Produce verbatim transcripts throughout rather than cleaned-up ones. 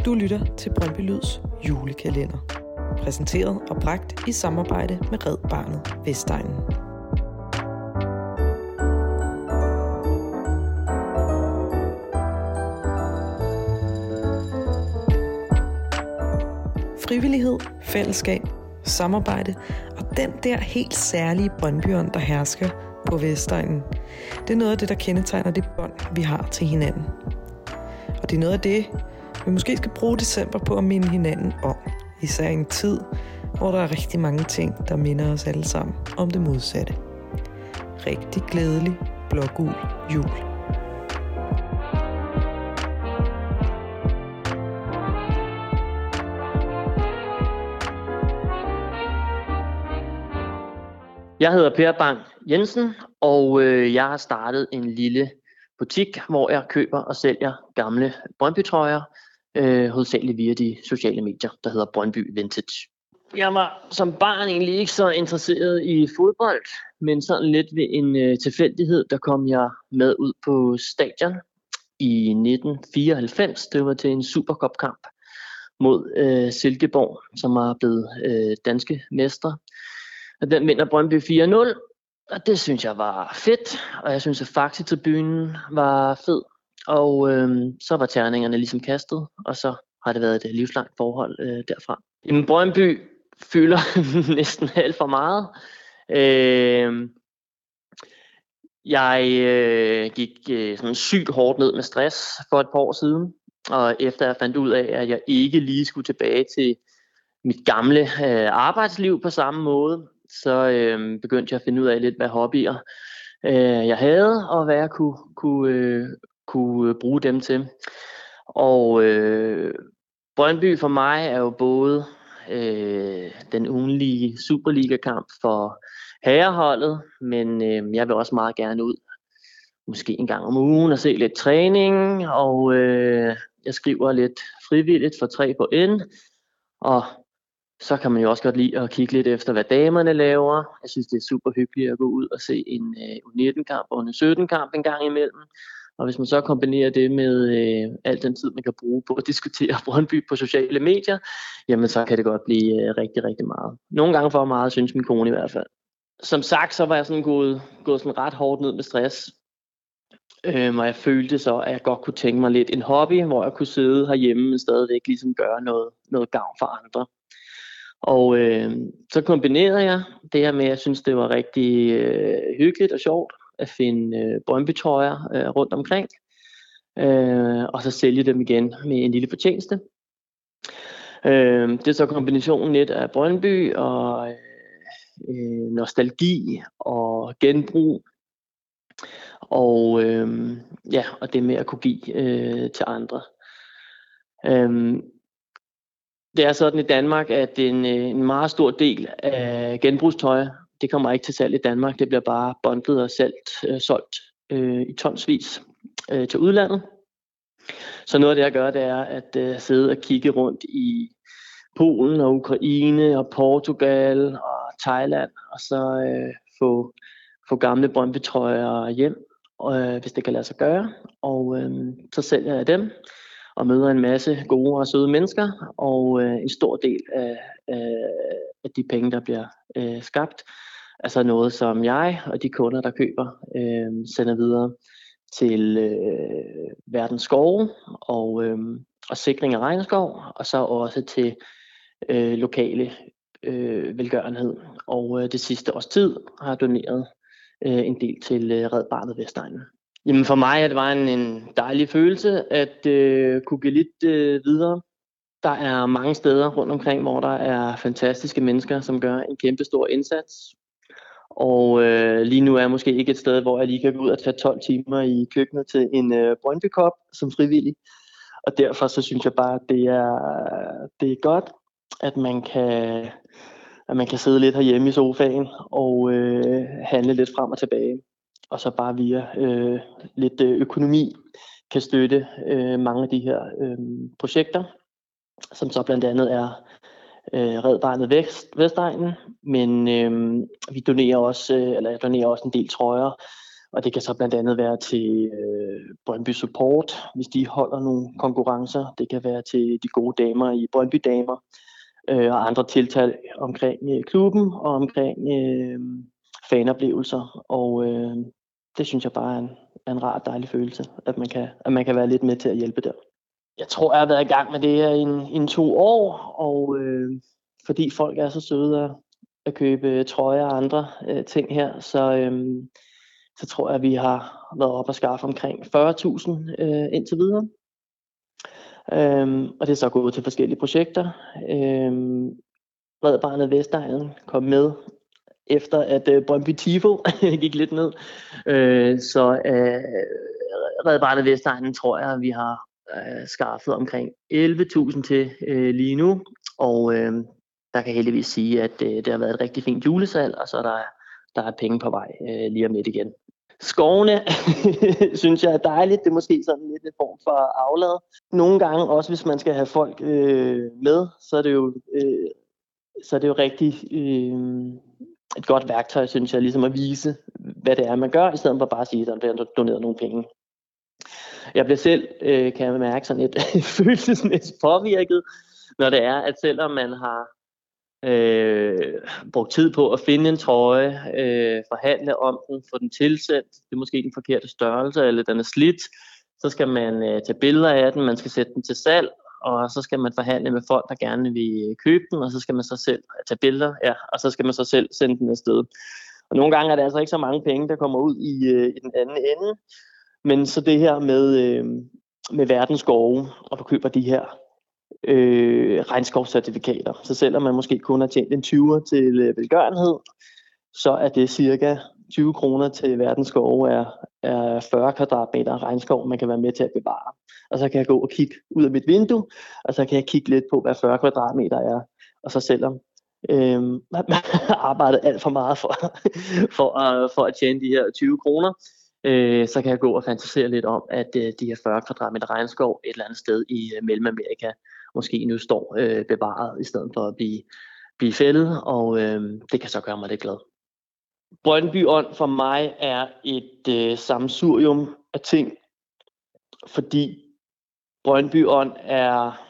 Du lytter til Brøndby Lyds julekalender. Præsenteret og bragt i samarbejde med Red Barnet Vestegnen. Frivillighed, fællesskab, samarbejde og den der helt særlige Brøndbyånd, der hersker på Vestegnen. Det er noget af det, der kendetegner det bånd, vi har til hinanden. Og det er noget af det, vi måske skal bruge december på at minde hinanden om. Især i en tid, hvor der er rigtig mange ting, der minder os alle sammen om det modsatte. Rigtig glædelig blågul jul. Jeg hedder Per Bang Jensen, og øh, jeg har startet en lille butik, hvor jeg køber og sælger gamle Brøndby-trøjer, øh, hovedsageligt via de sociale medier, der hedder Brøndby Vintage. Jeg var som barn egentlig ikke så interesseret i fodbold, men sådan lidt ved en øh, tilfældighed, der kom jeg med ud på stadion i nitten fireoghalvfems. Det var til en Supercup-kamp mod øh, Silkeborg, som er blevet øh, danske mestre. Og den vinder Brøndby fire nul, og det synes jeg var fedt, og jeg synes, at Faxe-tribunen var fed. Og øhm, så var terningerne ligesom kastet, og så har det været et livslangt forhold øh, derfra. Jamen, Brøndby fylder næsten alt for meget. Øh, jeg øh, gik øh, sådan sygt hårdt ned med stress for et par år siden, og efter jeg fandt ud af, at jeg ikke lige skulle tilbage til mit gamle øh, arbejdsliv på samme måde, så øh, begyndte jeg at finde ud af lidt, hvad hobbyer øh, jeg havde, og hvad jeg kunne, kunne, øh, kunne bruge dem til. Og øh, Brøndby for mig er jo både øh, den ugenlige Superliga-kamp for herreholdet, men øh, jeg vil også meget gerne ud, måske en gang om ugen, og se lidt træning, og øh, jeg skriver lidt frivilligt for tre på N, og så kan man jo også godt lide at kigge lidt efter, hvad damerne laver. Jeg synes, det er super hyggeligt at gå ud og se en uh, U nitten-kamp og en U sytten-kamp en gang imellem. Og hvis man så kombinerer det med uh, al den tid, man kan bruge på at diskutere Brøndby på sociale medier, jamen så kan det godt blive uh, rigtig, rigtig meget. Nogle gange for meget, synes min kone i hvert fald. Som sagt, så var jeg sådan gået, gået sådan ret hårdt ned med stress. Øhm, og jeg følte så, at jeg godt kunne tænke mig lidt en hobby, hvor jeg kunne sidde herhjemme og stadigvæk ligesom gøre noget, noget gavn for andre. Og øh, så kombinerede jeg det her med, at jeg synes, det var rigtig øh, hyggeligt og sjovt at finde øh, Brøndby-trøjer øh, rundt omkring, øh, og så sælge dem igen med en lille fortjeneste. Øh, det er så kombinationen lidt af Brøndby og øh, nostalgi og genbrug, og øh, ja, og det med at kunne give øh, til andre. Øh, Det er sådan i Danmark, at en, en meget stor del af genbrugstøj, det kommer ikke til salg i Danmark. Det bliver bare bundlet og salgt, øh, solgt øh, i tonsvis øh, til udlandet. Så noget af det, jeg gør, det er at øh, sidde og kigge rundt i Polen og Ukraine og Portugal og Thailand, og så øh, få, få gamle Brøndby-trøjer hjem, øh, hvis det kan lade sig gøre. Og øh, så sælger jeg dem og møder en masse gode og søde mennesker, og øh, en stor del af, af, af de penge, der bliver øh, skabt, er så noget, som jeg og de kunder, der køber, øh, sender videre til øh, verdens skove og, øh, og sikring af regnskov, og så også til øh, lokale øh, velgørenhed. Og øh, det sidste års tid har jeg doneret øh, en del til øh, Red Barnet Vestegnen. Jamen for mig, det var en, en dejlig følelse at øh, kunne give lidt øh, videre. Der er mange steder rundt omkring, hvor der er fantastiske mennesker, som gør en kæmpe stor indsats. Og øh, lige nu er jeg måske ikke et sted, hvor jeg lige kan gå ud og tage tolv timer i køkkenet til en øh, Brøndby-kop som frivillig. Og derfor så synes jeg bare, at det er, det er godt, at man kan, at man kan sidde lidt herhjemme i sofaen og øh, handle lidt frem og tilbage. Og så bare via øh, lidt øh, økonomi kan støtte øh, mange af de her øh, projekter, som så blandt andet er øh, Red Barnet Vestegnen, men øh, vi donerer også, øh, eller jeg donerer også en del trøjer Og det kan så blandt andet være til øh, Brøndby Support, hvis de holder nogle konkurrencer. Det kan være til de gode damer i Brøndby Damer øh, og andre tiltag omkring øh, klubben og omkring øh, fanoplevelser. Og øh, det synes jeg bare er en, er en rar, dejlig følelse, at man, kan, at man kan være lidt med til at hjælpe der. Jeg tror, jeg har været i gang med det her i en, en to år, og øh, fordi folk er så søde at, at købe trøjer og andre øh, ting her, så... Øh, så tror jeg, at vi har været op og skaffe omkring fyrre tusind øh, indtil videre. Øhm, og det er så gået til forskellige projekter. Øhm, Red Barnet Vestegnen kom med, efter at øh, Brøndby Tifo gik lidt ned. Øh, så øh, Red Barnet Vestegnen tror jeg, at vi har øh, skaffet omkring elleve tusind til øh, lige nu. Og øh, der kan heldigvis sige, at øh, det har været et rigtig fint julesalg, og så er der, der er penge på vej øh, lige om lidt igen. Skovene synes jeg er dejligt. Det er måske sådan lidt en form for aflad. Nogle gange, også hvis man skal have folk øh, med, så er det jo, øh, så er det jo rigtig øh, et godt værktøj, synes jeg, ligesom at vise, hvad det er, man gør, i stedet for bare at sige, at der bliver doneret nogle penge. Jeg bliver selv, øh, kan jeg mærke, sådan lidt følelsesmæssigt påvirket, når det er, at selvom man har Øh, brugt tid på at finde en trøje, øh, forhandle om den, få den tilsendt, det er måske den forkerte størrelse, eller den er slidt, så skal man øh, tage billeder af den, man skal sætte den til salg, og så skal man forhandle med folk, der gerne vil købe den, og så skal man så selv tage billeder, ja, og så skal man så selv sende den afsted. Og nogle gange er der altså ikke så mange penge, der kommer ud i, øh, i den anden ende, men så det her med, øh, med verdens skove, og du køber de her Øh, regnskovscertifikater. Så selvom man måske kun har tjent en tyver til øh, velgørenhed, så er det cirka tyve kroner til verdens skove er, er fyrre kvadratmeter regnskov, man kan være med til at bevare. Og så kan jeg gå og kigge ud af mit vindue, og så kan jeg kigge lidt på, hvad fyrre kvadratmeter er. Og så selvom øh, man har arbejdet alt for meget for, for, at, for at tjene de her tyve kroner, øh, så kan jeg gå og fantasere lidt om, at øh, de her fyrre kvadratmeter regnskov et eller andet sted i øh, Mellemamerika måske nu står øh, bevaret, i stedet for at blive, blive fældet, og øh, det kan så gøre mig lidt glad. Brøndby Ånd for mig er et øh, sammensurium af ting, fordi Brøndby Ånd er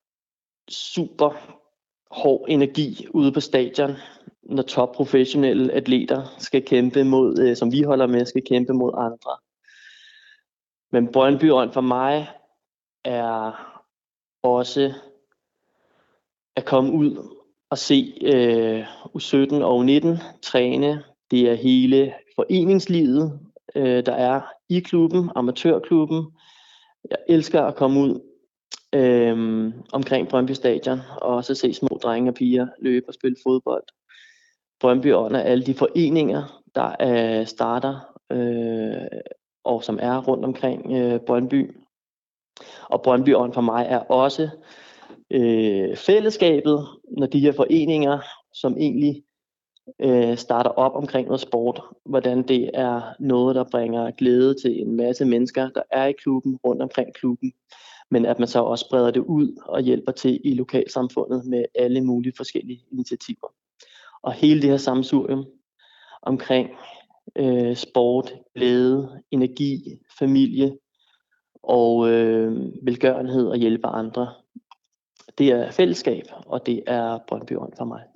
super hård energi ude på stadion, når topprofessionelle atleter skal kæmpe mod, øh, som vi holder med, skal kæmpe mod andre. Men Brøndby Ånd for mig er også at komme ud og se øh, U sytten og U nitten træne. Det er hele foreningslivet, øh, der er i klubben, amatørklubben. Jeg elsker at komme ud øh, omkring Brøndby Stadion og også se små drenge og piger løbe og spille fodbold. Brøndby Ånd er alle de foreninger, der øh, starter øh, og som er rundt omkring øh, Brøndby. Og Brøndby Ånd for mig er også øh, fællesskabet, når de her foreninger, som egentlig øh, starter op omkring noget sport, hvordan det er noget, der bringer glæde til en masse mennesker, der er i klubben, rundt omkring klubben, men at man så også spreder det ud og hjælper til i lokalsamfundet med alle mulige forskellige initiativer. Og hele det her sammensurium omkring øh, sport, glæde, energi, familie og øh, velgørenhed og hjælpe andre, det er fællesskab, og det er Brøndby Ånd for mig.